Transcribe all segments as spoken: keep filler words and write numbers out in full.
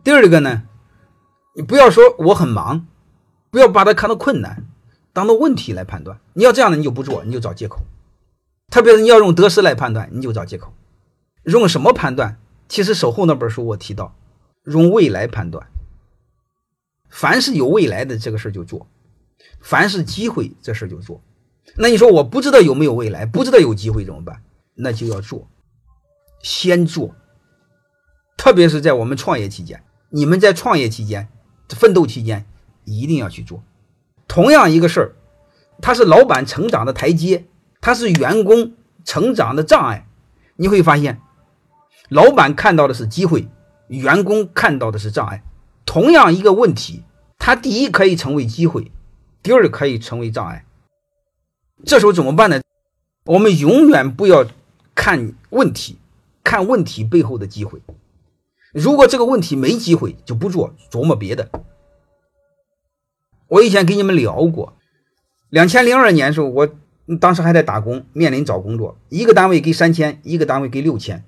第二个呢，你不要说我很忙，不要把它看到困难，当做问题来判断。你要这样的你就不做，你就找借口。特别是你要用得失来判断，你就找借口。用什么判断？其实守候那本书我提到，用未来判断。凡是有未来的这个事就做，凡是机会这事就做。那你说我不知道有没有未来，不知道有机会怎么办？那就要做，先做。特别是在我们创业期间，你们在创业期间、奋斗期间一定要去做。同样一个事儿，它是老板成长的台阶，它是员工成长的障碍。你会发现，老板看到的是机会，员工看到的是障碍。同样一个问题，它第一可以成为机会，第二可以成为障碍。这时候怎么办呢？我们永远不要看问题，看问题背后的机会。如果这个问题没机会，就不做，琢磨别的。我以前跟你们聊过，两千零二年的时候，我当时还在打工，面临找工作，一个单位给三千，一个单位给六千。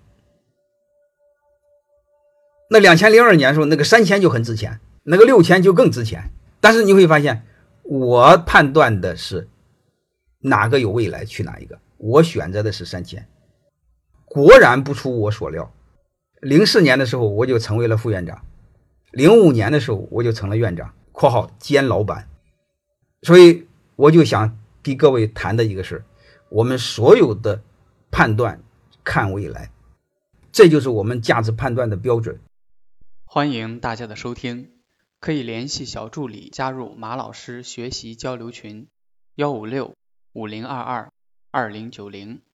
那两千零二年的时候，那个三千就很值钱，那个六千就更值钱。但是你会发现，我判断的是哪个有未来去哪一个，我选择的是三千。果然不出我所料，零四年的时候我就成为了副院长，零五年的时候我就成了院长（括号兼老板）。所以我就想给各位谈的一个事，我们所有的判断看未来，这就是我们价值判断的标准。 欢迎大家的收听，可以联系小助理加入马老师学习交流群：幺五六五零二二二零九零。